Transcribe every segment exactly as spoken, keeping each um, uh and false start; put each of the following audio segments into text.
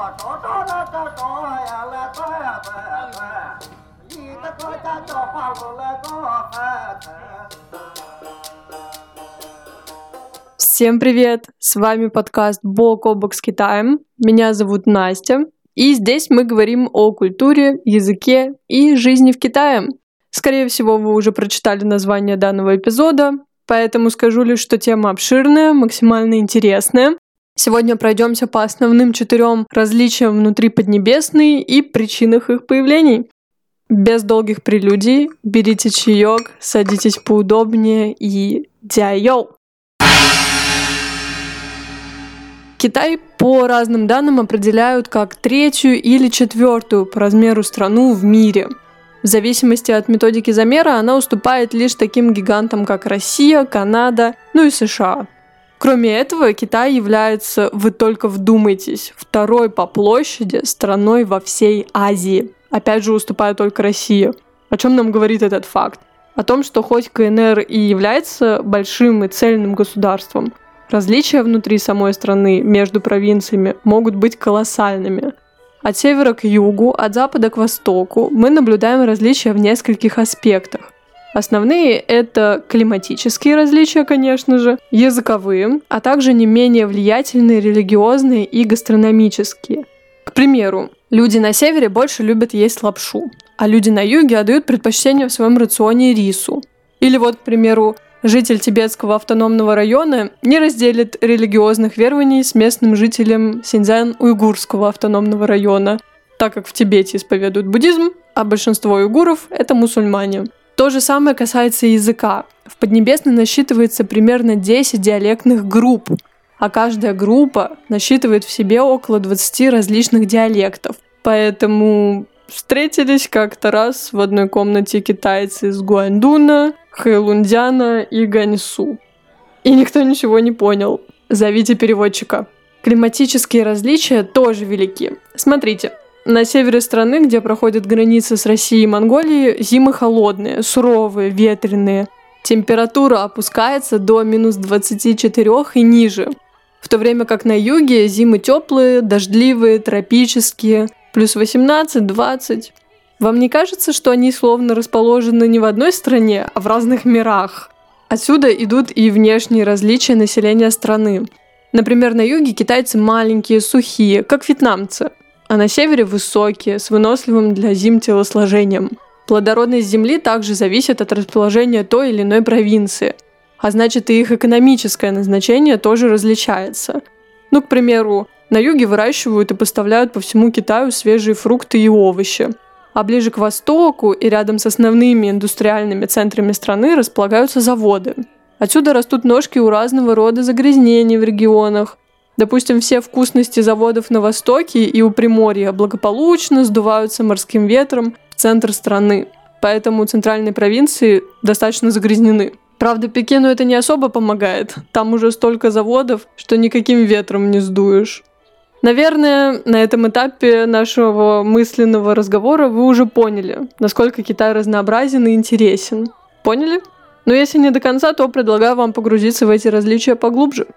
Всем привет! С вами подкаст «Бок о бок с Китаем». Меня зовут Настя, и здесь мы говорим о культуре, языке и жизни в Китае. Скорее всего, вы уже прочитали название данного эпизода, поэтому скажу лишь, что тема обширная, максимально интересная. Сегодня пройдемся по основным четырем различиям внутри Поднебесной и причинах их появлений. Без долгих прелюдий, берите чаек, садитесь поудобнее и дзяйоу! Китай по разным данным определяют как третью или четвертую по размеру страну в мире. В зависимости от методики замера она уступает лишь таким гигантам, как Россия, Канада, ну и США. Кроме этого, Китай является, вы только вдумайтесь, второй по площади страной во всей Азии. Опять же, уступает только Россия. О чем нам говорит этот факт? О том, что хоть КНР и является большим и цельным государством, различия внутри самой страны между провинциями могут быть колоссальными. От севера к югу, от запада к востоку мы наблюдаем различия в нескольких аспектах. Основные – это климатические различия, конечно же, языковые, а также не менее влиятельные религиозные и гастрономические. К примеру, люди на севере больше любят есть лапшу, а люди на юге отдают предпочтение в своем рационе рису. Или вот, к примеру, житель Тибетского автономного района не разделит религиозных верований с местным жителем Синьцзян-Уйгурского автономного района, так как в Тибете исповедуют буддизм, а большинство уйгуров – это мусульмане. То же самое касается языка. В Поднебесной насчитывается примерно десять диалектных групп, а каждая группа насчитывает в себе около двадцати различных диалектов. Поэтому встретились как-то раз в одной комнате китайцы из Гуандуна, Хэйлунцзяна и Ганьсу. И никто ничего не понял. Зовите переводчика. Климатические различия тоже велики. Смотрите, на севере страны, где проходит граница с Россией и Монголией, зимы холодные, суровые, ветреные. Температура опускается до минус двадцати четырёх и ниже. В то время как на юге зимы теплые, дождливые, тропические, плюс восемнадцать-двадцать. Вам не кажется, что они словно расположены не в одной стране, а в разных мирах? Отсюда идут и внешние различия населения страны. Например, на юге китайцы маленькие, сухие, как вьетнамцы, а на севере высокие, с выносливым для зим телосложением. Плодородность земли также зависит от расположения той или иной провинции, а значит и их экономическое назначение тоже различается. Ну, к примеру, на юге выращивают и поставляют по всему Китаю свежие фрукты и овощи, а ближе к востоку и рядом с основными индустриальными центрами страны располагаются заводы. Отсюда растут ножки у разного рода загрязнений в регионах. Допустим, все вкусности заводов на востоке и у Приморья благополучно сдуваются морским ветром в центр страны, поэтому центральные провинции достаточно загрязнены. Правда, Пекину это не особо помогает, там уже столько заводов, что никаким ветром не сдуешь. Наверное, на этом этапе нашего мысленного разговора вы уже поняли, насколько Китай разнообразен и интересен. Поняли? Но если не до конца, то предлагаю вам погрузиться в эти различия поглубже.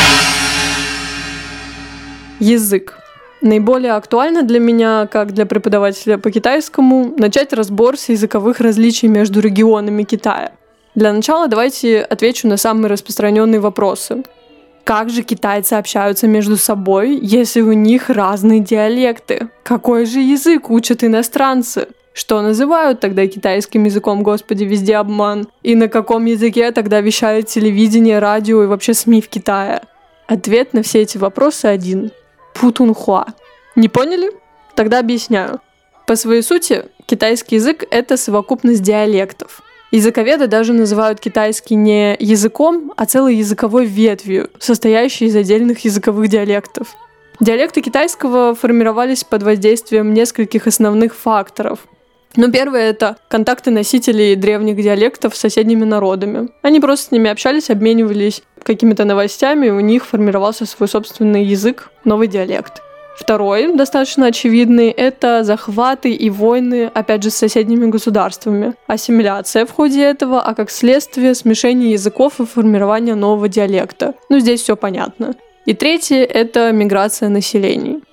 Язык. Наиболее актуально для меня, как для преподавателя по китайскому, начать разбор с языковых различий между регионами Китая. Для начала давайте отвечу на самые распространенные вопросы. Как же китайцы общаются между собой, если у них разные диалекты? Какой же язык учат иностранцы? Что называют тогда китайским языком, господи, везде обман? И на каком языке тогда вещает телевидение, радио и вообще СМИ в Китае? Ответ на все эти вопросы один. Путунхуа. Не поняли? Тогда объясняю. По своей сути, китайский язык – это совокупность диалектов. Языковеды даже называют китайский не языком, а целой языковой ветвью, состоящей из отдельных языковых диалектов. Диалекты китайского формировались под воздействием нескольких основных факторов. Но первое – это контакты носителей древних диалектов с соседними народами. Они просто с ними общались, обменивались какими-то новостями, и у них формировался свой собственный язык, новый диалект. Второй, достаточно очевидный, это захваты и войны, опять же, с соседними государствами. Ассимиляция в ходе этого, а как следствие смешение языков и формирование нового диалекта. Ну, здесь все понятно. И третье – это миграция населений.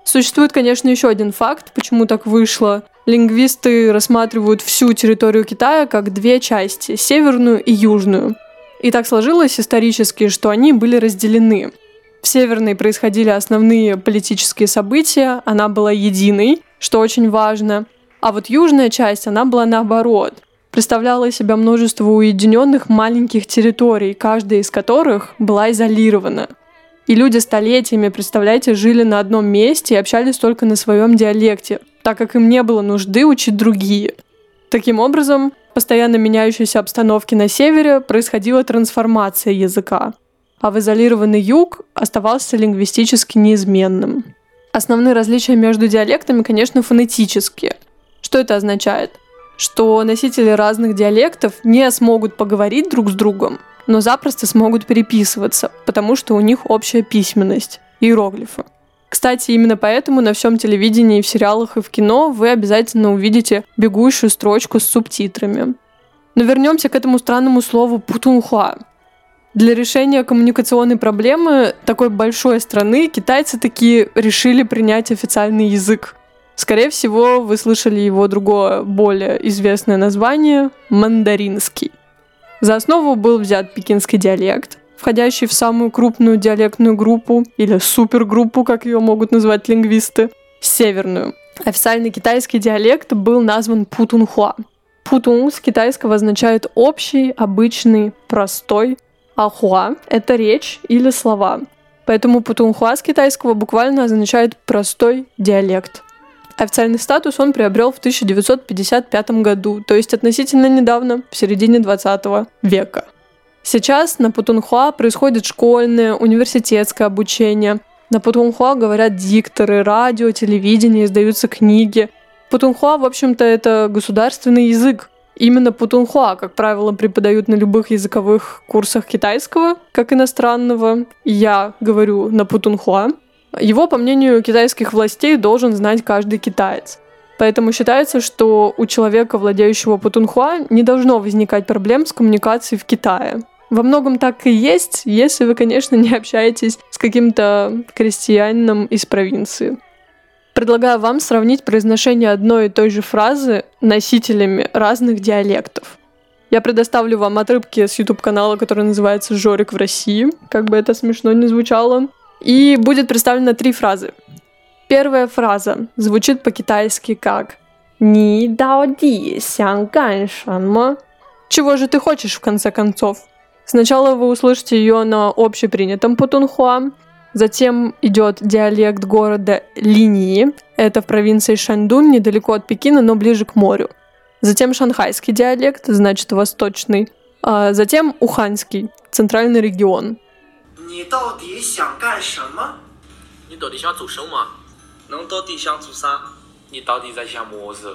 Существует, конечно, еще один факт, почему так вышло. Лингвисты рассматривают всю территорию Китая как две части – северную и южную. И так сложилось исторически, что они были разделены. В северной происходили основные политические события, она была единой, что очень важно. А вот южная часть, она была наоборот. Представляла из себя множество уединенных маленьких территорий, каждая из которых была изолирована. И люди столетиями, представляете, жили на одном месте и общались только на своем диалекте, так как им не было нужды учить другие. Таким образом, в постоянно меняющейся обстановке на севере происходила трансформация языка, а в изолированный юг оставался лингвистически неизменным. Основные различия между диалектами, конечно, фонетические. Что это означает? Что носители разных диалектов не смогут поговорить друг с другом, но запросто смогут переписываться, потому что у них общая письменность, иероглифы. Кстати, именно поэтому на всем телевидении, в сериалах и в кино вы обязательно увидите бегущую строчку с субтитрами. Но вернемся к этому странному слову «путунхуа». Для решения коммуникационной проблемы такой большой страны китайцы таки решили принять официальный язык. Скорее всего, вы слышали его другое, более известное название – мандаринский. За основу был взят пекинский диалект, входящий в самую крупную диалектную группу, или супергруппу, как ее могут назвать лингвисты, северную. Официальный китайский диалект был назван путунхуа. Путун с китайского означает «общий», «обычный», «простой», а хуа – это речь или слова. Поэтому путунхуа с китайского буквально означает «простой диалект». Официальный статус он приобрел в тысяча девятьсот пятьдесят пятом году, то есть относительно недавно, в середине двадцатого века. Сейчас на путунхуа происходит школьное, университетское обучение. На путунхуа говорят дикторы, радио, телевидение, издаются книги. Путунхуа, в общем-то, это государственный язык. Именно путунхуа, как правило, преподают на любых языковых курсах китайского, как иностранного. Я говорю на путунхуа. Его, по мнению китайских властей, должен знать каждый китаец. Поэтому считается, что у человека, владеющего путунхуа, не должно возникать проблем с коммуникацией в Китае. Во многом так и есть, если вы, конечно, не общаетесь с каким-то крестьянином из провинции. Предлагаю вам сравнить произношение одной и той же фразы носителями разных диалектов. Я предоставлю вам отрывки с YouTube-канала, который называется «Жорик в России», как бы это смешно ни звучало. И будет представлено три фразы. Первая фраза звучит по-китайски как «Ни дао ди сян ган шэнмо?» «Чего же ты хочешь, в конце концов?» Сначала вы услышите ее на общепринятом путунхуа, затем идет диалект города Линьи, это в провинции Шаньдун, недалеко от Пекина, но ближе к морю. Затем шанхайский диалект, значит восточный, а затем уханьский, центральный регион. 你到底想干什么？你到底想做什么？侬到底想做啥？你到底在想么子？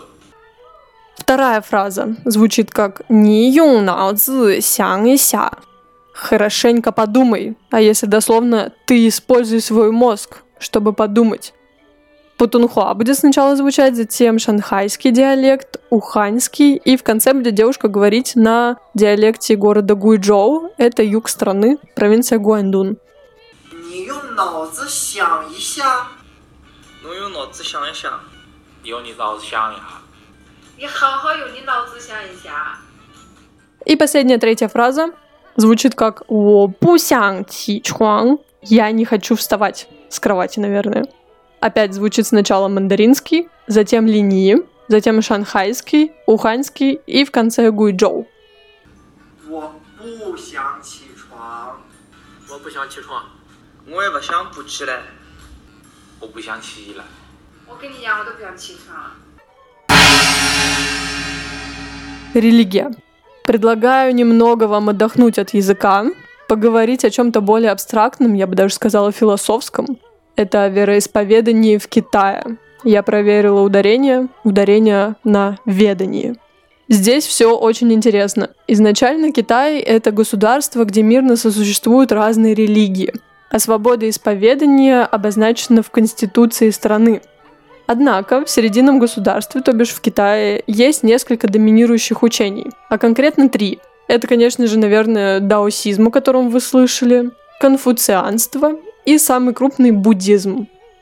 Вторая фраза звучит как «Не用脑子想一下». Хорошенько подумай, а если дословно, ты используй свой мозг, чтобы подумать. Путунхуа будет сначала звучать, затем шанхайский диалект, уханьский, и в конце будет девушка говорить на диалекте города Гуйчжоу, это юг страны, провинция Гуандун. 你用脑子想一下。侬用脑子想一想。用你脑子想一下。你好好用你脑子想一下。 И последняя, третья фраза звучит как «我不想起床». Я не хочу вставать с кровати, наверное. Опять звучит сначала мандаринский, затем линьи, затем шанхайский, уханьский и в конце гуйчжоу. 我不想起床。我不想起床。我也不想不起来。我不想起来。我跟你一样，我都不想起床。 Религия. Предлагаю немного вам отдохнуть от языка, поговорить о чем-то более абстрактном, я бы даже сказала философском. Это о вероисповедании в Китае. Я проверила ударение, ударение на ведании. Здесь все очень интересно. Изначально Китай — это государство, где мирно сосуществуют разные религии, а свобода исповедания обозначена в конституции страны. Однако в серединном государстве, то бишь в Китае, есть несколько доминирующих учений, а конкретно три. Это, конечно же, наверное, даосизм, о котором вы слышали, конфуцианство и самый крупный буддизм.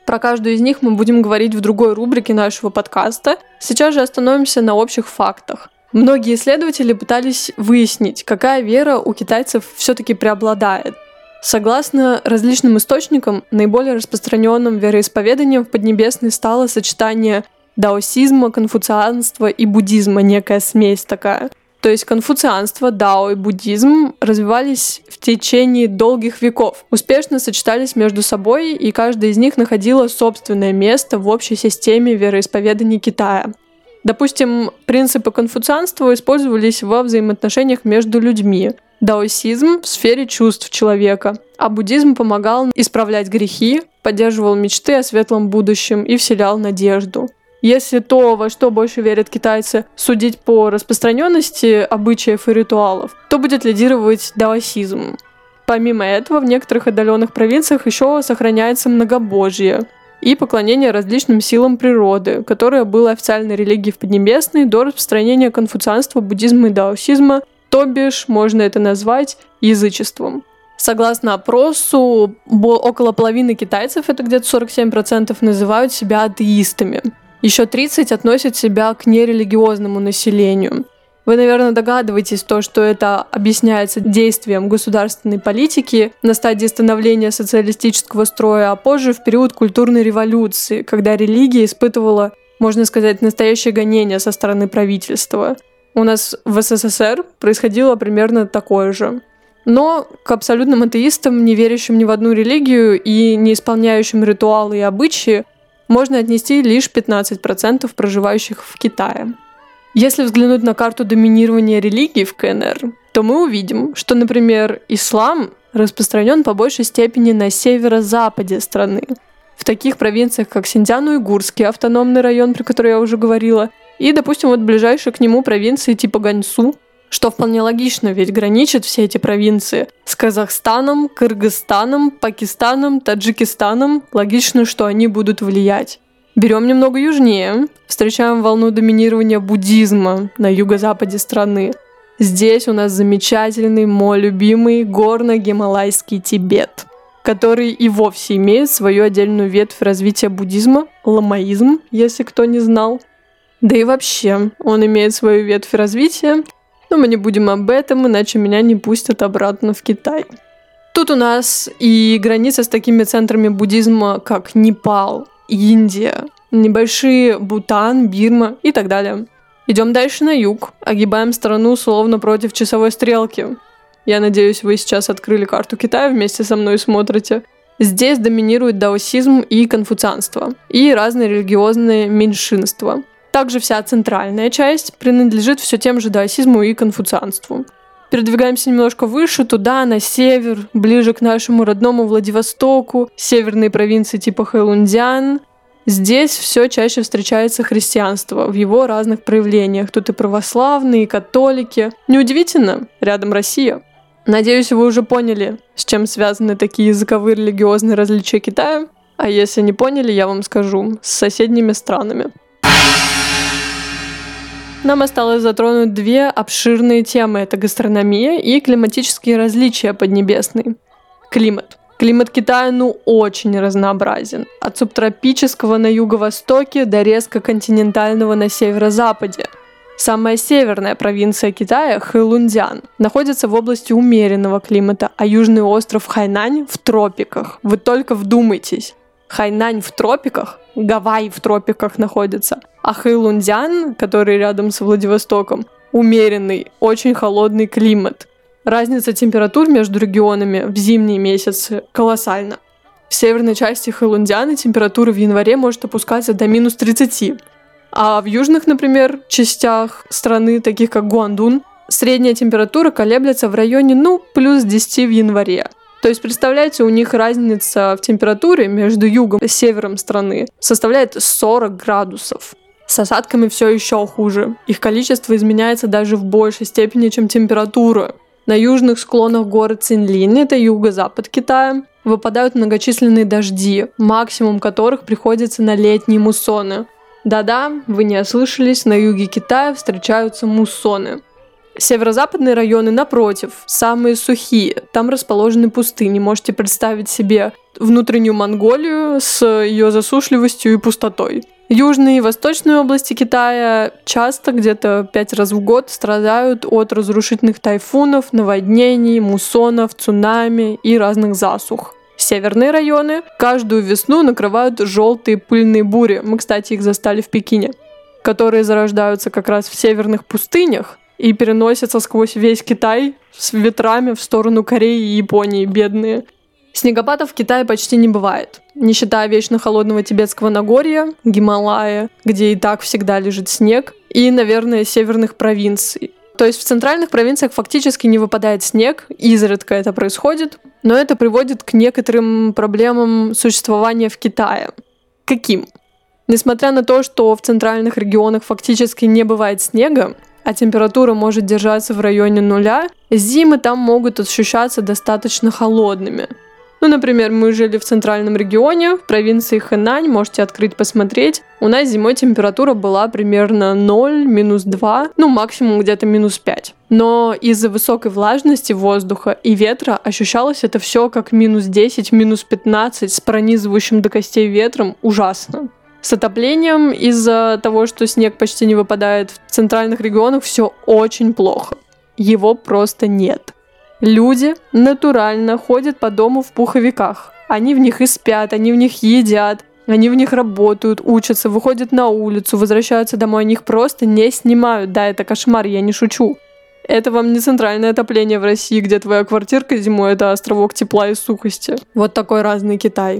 Про каждую из них мы будем говорить в другой рубрике нашего подкаста. Сейчас же остановимся на общих фактах. Многие исследователи пытались выяснить, какая вера у китайцев все-таки преобладает. Согласно различным источникам, наиболее распространенным вероисповеданием в Поднебесной стало сочетание даосизма, конфуцианства и буддизма, некая смесь такая. То есть конфуцианство, дао и буддизм развивались в течение долгих веков, успешно сочетались между собой, и каждая из них находила собственное место в общей системе вероисповеданий Китая. Допустим, принципы конфуцианства использовались во взаимоотношениях между людьми, даосизм в сфере чувств человека, а буддизм помогал исправлять грехи, поддерживал мечты о светлом будущем и вселял надежду. Если то, во что больше верят китайцы, судить по распространенности обычаев и ритуалов, то будет лидировать даосизм. Помимо этого, в некоторых отдаленных провинциях еще сохраняется многобожие и поклонение различным силам природы, которое было официальной религией в Поднебесной до распространения конфуцианства, буддизма и даосизма, то бишь можно это назвать язычеством. Согласно опросу, около половины китайцев, это где-то сорок семь процентов, называют себя атеистами. Еще тридцать процентов относят себя к нерелигиозному населению. Вы, наверное, догадываетесь, то, что это объясняется действием государственной политики на стадии становления социалистического строя, а позже в период культурной революции, когда религия испытывала, можно сказать, настоящее гонение со стороны правительства. У нас в СССР происходило примерно такое же. Но к абсолютным атеистам, не верящим ни в одну религию и не исполняющим ритуалы и обычаи, можно отнести лишь пятнадцать процентов проживающих в Китае. Если взглянуть на карту доминирования религий в КНР, то мы увидим, что, например, ислам распространен по большей степени на северо-западе страны, в таких провинциях, как Синьцзян-Уйгурский автономный район, про который я уже говорила, и, допустим, вот ближайшие к нему провинции типа Ганьсу, что вполне логично, ведь граничат все эти провинции с Казахстаном, Кыргызстаном, Пакистаном, Таджикистаном. Логично, что они будут влиять. Берем немного южнее, встречаем волну доминирования буддизма на юго-западе страны. Здесь у нас замечательный, мой любимый горно-гималайский Тибет, который и вовсе имеет свою отдельную ветвь развития буддизма, ламаизм, если кто не знал. Да и вообще, он имеет свою ветвь развития, но мы не будем об этом, иначе меня не пустят обратно в Китай. Тут у нас и граница с такими центрами буддизма, как Непал, Индия, небольшие Бутан, Бирма и так далее. Идем дальше на юг, огибаем страну словно против часовой стрелки. Я надеюсь, вы сейчас открыли карту Китая, вместе со мной смотрите. Здесь доминирует даосизм и конфуцианство, и разные религиозные меньшинства. Также вся центральная часть принадлежит все тем же даосизму и конфуцианству. Передвигаемся немножко выше, туда, на север, ближе к нашему родному Владивостоку, северные провинции типа Хэйлунцзян. Здесь все чаще встречается христианство в его разных проявлениях. Тут и православные, и католики. Неудивительно, рядом Россия. Надеюсь, вы уже поняли, с чем связаны такие языковые религиозные различия Китая. А если не поняли, я вам скажу, с соседними странами. Нам осталось затронуть две обширные темы. Это гастрономия и климатические различия Поднебесной. Климат. Климат Китая, ну, очень разнообразен. От субтропического на юго-востоке до резко континентального на северо-западе. Самая северная провинция Китая, Хэйлунцзян, находится в области умеренного климата, а южный остров Хайнань в тропиках. Вы только вдумайтесь. Хайнань в тропиках, Гавайи в тропиках находится, а Хэйлунцзян, который рядом с Владивостоком, умеренный, очень холодный климат. Разница температур между регионами в зимние месяцы колоссальна. В северной части Хэйлунцзяна температура в январе может опускаться до минус тридцати, а в южных, например, частях страны, таких как Гуандун, средняя температура колеблется в районе, ну, плюс десять в январе. То есть, представляете, у них разница в температуре между югом и севером страны составляет сорок градусов. С осадками все еще хуже. Их количество изменяется даже в большей степени, чем температура. На южных склонах горы Цинлин, это юго-запад Китая, выпадают многочисленные дожди, максимум которых приходится на летние муссоны. Да-да, вы не ослышались, на юге Китая встречаются муссоны. Северо-западные районы, напротив, самые сухие. Там расположены пустыни. Можете представить себе внутреннюю Монголию с ее засушливостью и пустотой. Южные и восточные области Китая часто, где-то пять раз в год, страдают от разрушительных тайфунов, наводнений, муссонов, цунами и разных засух. Северные районы каждую весну накрывают желтые пыльные бури. Мы, кстати, их застали в Пекине, которые зарождаются как раз в северных пустынях и переносятся сквозь весь Китай с ветрами в сторону Кореи и Японии, бедные. Снегопадов в Китае почти не бывает, не считая вечно холодного Тибетского Нагорья, Гималая, где и так всегда лежит снег, и, наверное, северных провинций. То есть в центральных провинциях фактически не выпадает снег, изредка это происходит, но это приводит к некоторым проблемам существования в Китае. Каким? Несмотря на то, что в центральных регионах фактически не бывает снега, а температура может держаться в районе нуля, зимы там могут ощущаться достаточно холодными. Ну, например, мы жили в центральном регионе, в провинции Хэнань, можете открыть, посмотреть. У нас зимой температура была примерно ноль, минус два, ну, максимум где-то минус пять. Но из-за высокой влажности воздуха и ветра ощущалось это все как минус десять, минус пятнадцать с пронизывающим до костей ветром. Ужасно. С отоплением из-за того, что снег почти не выпадает в центральных регионах, все очень плохо. Его просто нет. Люди натурально ходят по дому в пуховиках. Они в них и спят, они в них едят, они в них работают, учатся, выходят на улицу, возвращаются домой, они их просто не снимают. Да, это кошмар, я не шучу. Это вам не центральное отопление в России, где твоя квартирка зимой — это островок тепла и сухости. Вот такой разный Китай.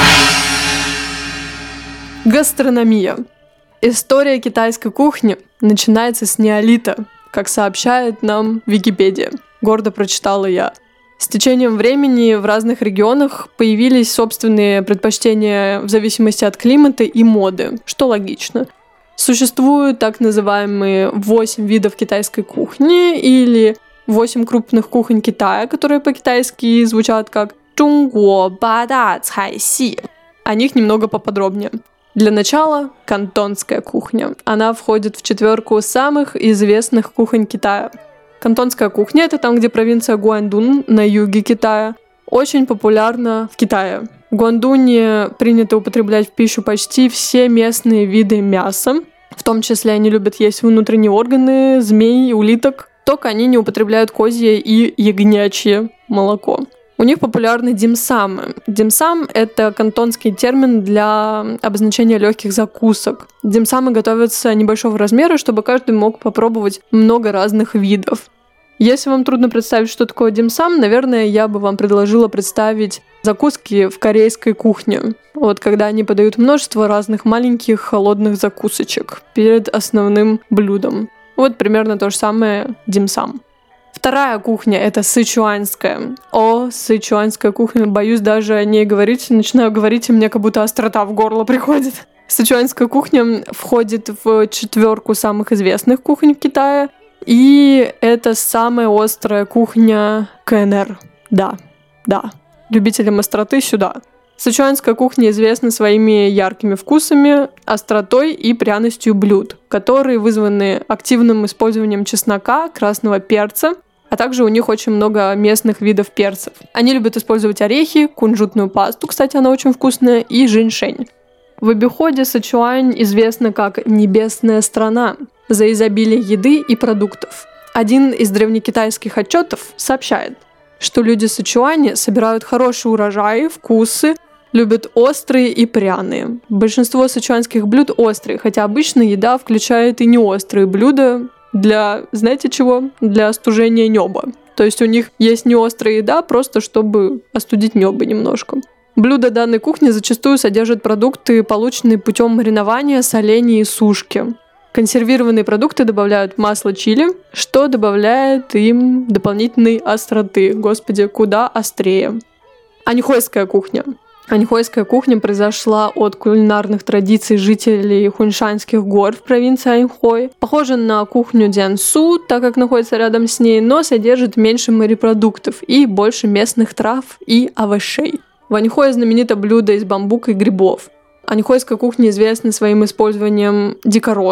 Гастрономия. История китайской кухни начинается с неолита, как сообщает нам Википедия. Гордо прочитала я. С течением времени в разных регионах появились собственные предпочтения в зависимости от климата и моды, что логично. Существуют так называемые восемь видов китайской кухни или восемь крупных кухонь Китая, которые по-китайски звучат как «Чунго бада цай си». О них немного поподробнее. Для начала – кантонская кухня. Она входит в четверку самых известных кухонь Китая. Кантонская кухня – это там, где провинция Гуандун на юге Китая. Очень популярна в Китае. В Гуандуне принято употреблять в пищу почти все местные виды мяса. В том числе они любят есть внутренние органы, змей, улиток. Только они не употребляют козье и ягнячье молоко. У них популярны димсамы. Димсам – это кантонский термин для обозначения легких закусок. Димсамы готовятся небольшого размера, чтобы каждый мог попробовать много разных видов. Если вам трудно представить, что такое димсам, наверное, я бы вам предложила представить закуски в корейской кухне. Вот когда они подают множество разных маленьких холодных закусочек перед основным блюдом. Вот примерно то же самое димсам. Вторая кухня – это сычуанская. О, сычуанская кухня, боюсь даже о ней говорить. Начинаю говорить, и мне как будто острота в горло приходит. Сычуанская кухня входит в четверку самых известных кухонь в Китае. И это самая острая кухня КНР. Да, да. Любителям остроты сюда. Сычуанская кухня известна своими яркими вкусами, остротой и пряностью блюд, которые вызваны активным использованием чеснока, красного перца, а также у них очень много местных видов перцев. Они любят использовать орехи, кунжутную пасту, кстати, она очень вкусная, и жэньшэнь. В обиходе Сычуань известна как «небесная страна» за изобилие еды и продуктов. Один из древнекитайских отчетов сообщает, что люди Сычуани собирают хорошие урожаи, вкусы, любят острые и пряные. Большинство сычуанских блюд острые, хотя обычно еда включает и не острые блюда для, знаете чего? Для остужения неба. То есть у них есть не острая еда, просто чтобы остудить небо немножко. Блюда данной кухни зачастую содержат продукты, полученные путем маринования, соления и сушки. Консервированные продукты добавляют масло чили, что добавляет им дополнительной остроты. Господи, куда острее. Аньхойская кухня. Аньхойская кухня произошла от кулинарных традиций жителей Хуньшанских гор в провинции Аньхой. Похожа на кухню Дзянсу, так как находится рядом с ней, но содержит меньше морепродуктов и больше местных трав и овощей. В Аньхое знаменито блюдо из бамбука и грибов. Аньхойская кухня известна своим использованием дикоросов,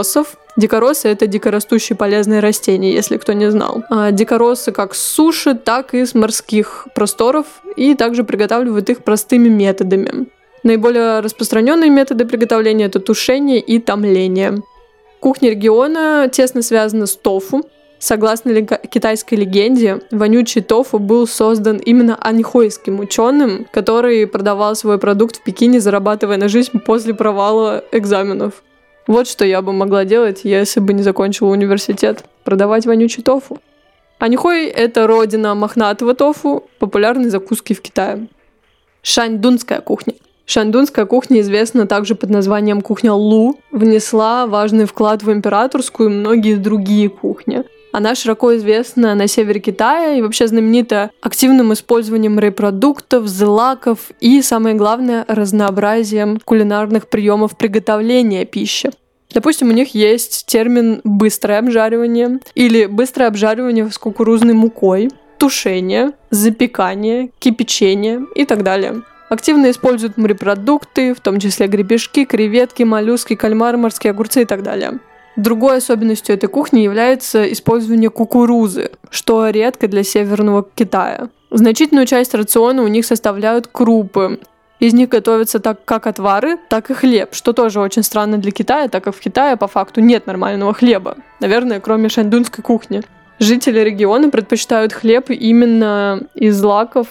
Дикоросы — это дикорастущие полезные растения, если кто не знал. А дикоросы как с суши, так и с морских просторов, и также приготавливают их простыми методами. Наиболее распространенные методы приготовления — это тушение и томление. Кухня региона тесно связана с тофу. Согласно китайской легенде, вонючий тофу был создан именно аньхойским ученым, который продавал свой продукт в Пекине, зарабатывая на жизнь после провала экзаменов. Вот что я бы могла делать, если бы не закончила университет. Продавать вонючий тофу. Аньхой — это родина мохнатого тофу, популярной закуски в Китае. Шаньдунская кухня. Шаньдунская кухня известна также под названием кухня Лу, внесла важный вклад в императорскую и многие другие кухни. Она широко известна на севере Китая и вообще знаменита активным использованием морепродуктов, злаков и, самое главное, разнообразием кулинарных приемов приготовления пищи. Допустим, у них есть термин «быстрое обжаривание» или «быстрое обжаривание с кукурузной мукой», «тушение», «запекание», «кипячение» и так далее. Активно используют морепродукты, в том числе гребешки, креветки, моллюски, кальмары, морские огурцы и так далее. Другой особенностью этой кухни является использование кукурузы, что редко для Северного Китая. Значительную часть рациона у них составляют крупы. Из них готовятся так как отвары, так и хлеб, что тоже очень странно для Китая, так как в Китае по факту нет нормального хлеба. Наверное, кроме шаньдунской кухни. Жители региона предпочитают хлеб именно из злаков.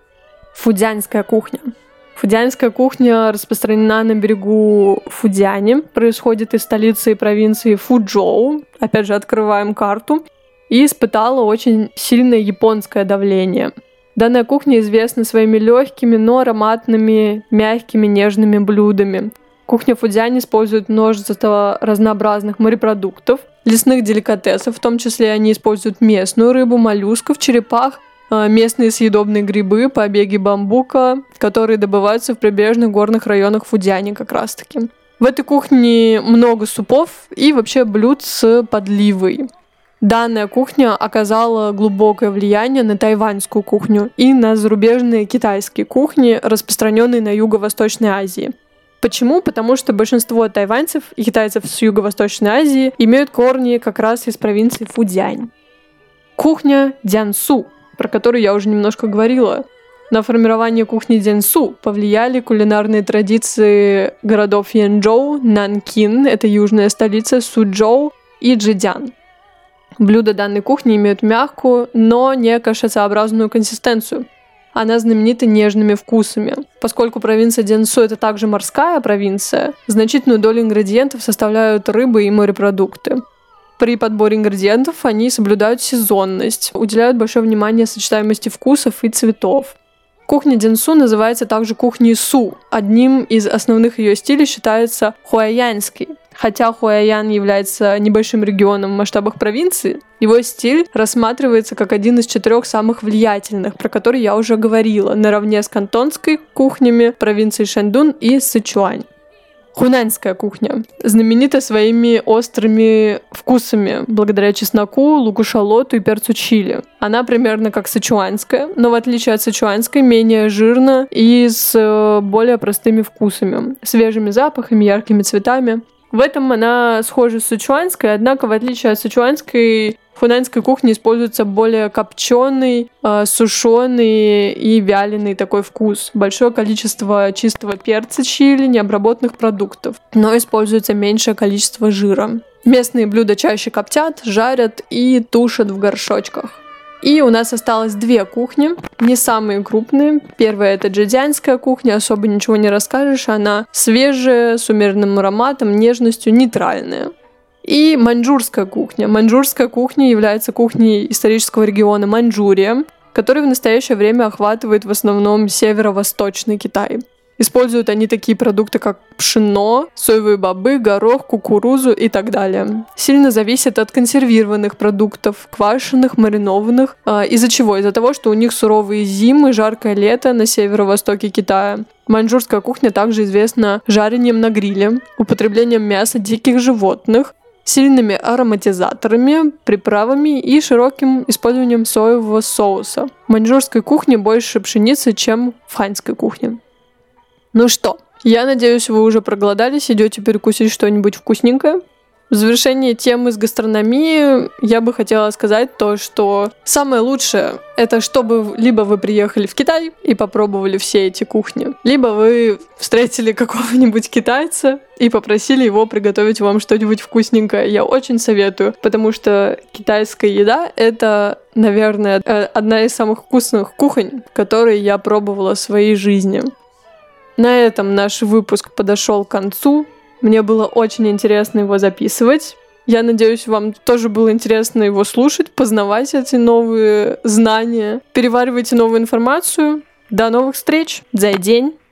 Фудзянская кухня. Фудзянская кухня распространена на берегу Фудзяни, происходит из столицы и провинции Фучжоу, опять же открываем карту, и испытала очень сильное японское давление. Данная кухня известна своими легкими, но ароматными, мягкими, нежными блюдами. Кухня Фудзянь использует множество разнообразных морепродуктов, лесных деликатесов, в том числе они используют местную рыбу, моллюсков, черепах, местные съедобные грибы, побеги бамбука, которые добываются в прибрежных горных районах Фудзяни как раз-таки. В этой кухне много супов и вообще блюд с подливой. Данная кухня оказала глубокое влияние на тайваньскую кухню и на зарубежные китайские кухни, распространенные на Юго-Восточной Азии. Почему? Потому что большинство тайваньцев и китайцев с Юго-Восточной Азии имеют корни как раз из провинции Фудзянь. Кухня Дзянсу, про которую я уже немножко говорила. На формирование кухни Дзянсу повлияли кулинарные традиции городов Янчжоу, Нанкин, это южная столица, Суджоу и Чжэцзян. Блюда данной кухни имеют мягкую, но не кашецеобразную консистенцию. Она знаменита нежными вкусами. Поскольку провинция Дзянсу — это также морская провинция, значительную долю ингредиентов составляют рыбы и морепродукты. При подборе ингредиентов они соблюдают сезонность, уделяют большое внимание сочетаемости вкусов и цветов. Кухня Дзянсу называется также кухней Су. Одним из основных ее стилей считается хуайянский. Хотя Хуайян является небольшим регионом в масштабах провинции, его стиль рассматривается как один из четырех самых влиятельных, про который я уже говорила, наравне с кантонской кухнями провинции Шаньдун и Сычуань. Хунаньская кухня знаменита своими острыми вкусами, благодаря чесноку, луку-шалоту и перцу чили. Она примерно как сычуанская, но в отличие от сычуанской, менее жирна и с более простыми вкусами, свежими запахами, яркими цветами. В этом она схожа с сычуанской, однако в отличие от сычуанской, в хунаньской кухне используется более копченый, э, сушеный и вяленый такой вкус. Большое количество чистого перца чили, необработанных продуктов, но используется меньшее количество жира. Местные блюда чаще коптят, жарят и тушат в горшочках. И у нас осталось две кухни, не самые крупные. Первая — это джэцзянская кухня, особо ничего не расскажешь, она свежая, с умеренным ароматом, нежностью, нейтральная. И маньчжурская кухня. Маньчжурская кухня является кухней исторического региона Маньчжурия, который в настоящее время охватывает в основном северо-восточный Китай. Используют они такие продукты, как пшено, соевые бобы, горох, кукурузу и так далее. Сильно зависит от консервированных продуктов, квашеных, маринованных. Из-за чего? Из-за того, что у них суровые зимы, жаркое лето на северо-востоке Китая. Маньчжурская кухня также известна жарением на гриле, употреблением мяса диких животных, сильными ароматизаторами, приправами и широким использованием соевого соуса. В маньчжурской кухне больше пшеницы, чем в ханьской кухне. Ну что, я надеюсь, вы уже проголодались, идете перекусить что-нибудь вкусненькое. В завершении темы с гастрономией я бы хотела сказать то, что самое лучшее — это чтобы либо вы приехали в Китай и попробовали все эти кухни, либо вы встретили какого-нибудь китайца и попросили его приготовить вам что-нибудь вкусненькое. Я очень советую, потому что китайская еда — это, наверное, одна из самых вкусных кухонь, которые я пробовала в своей жизни. На этом наш выпуск подошел к концу. Мне было очень интересно его записывать. Я надеюсь, вам тоже было интересно его слушать, познавать эти новые знания, переваривайте новую информацию. До новых встреч! Зайдень!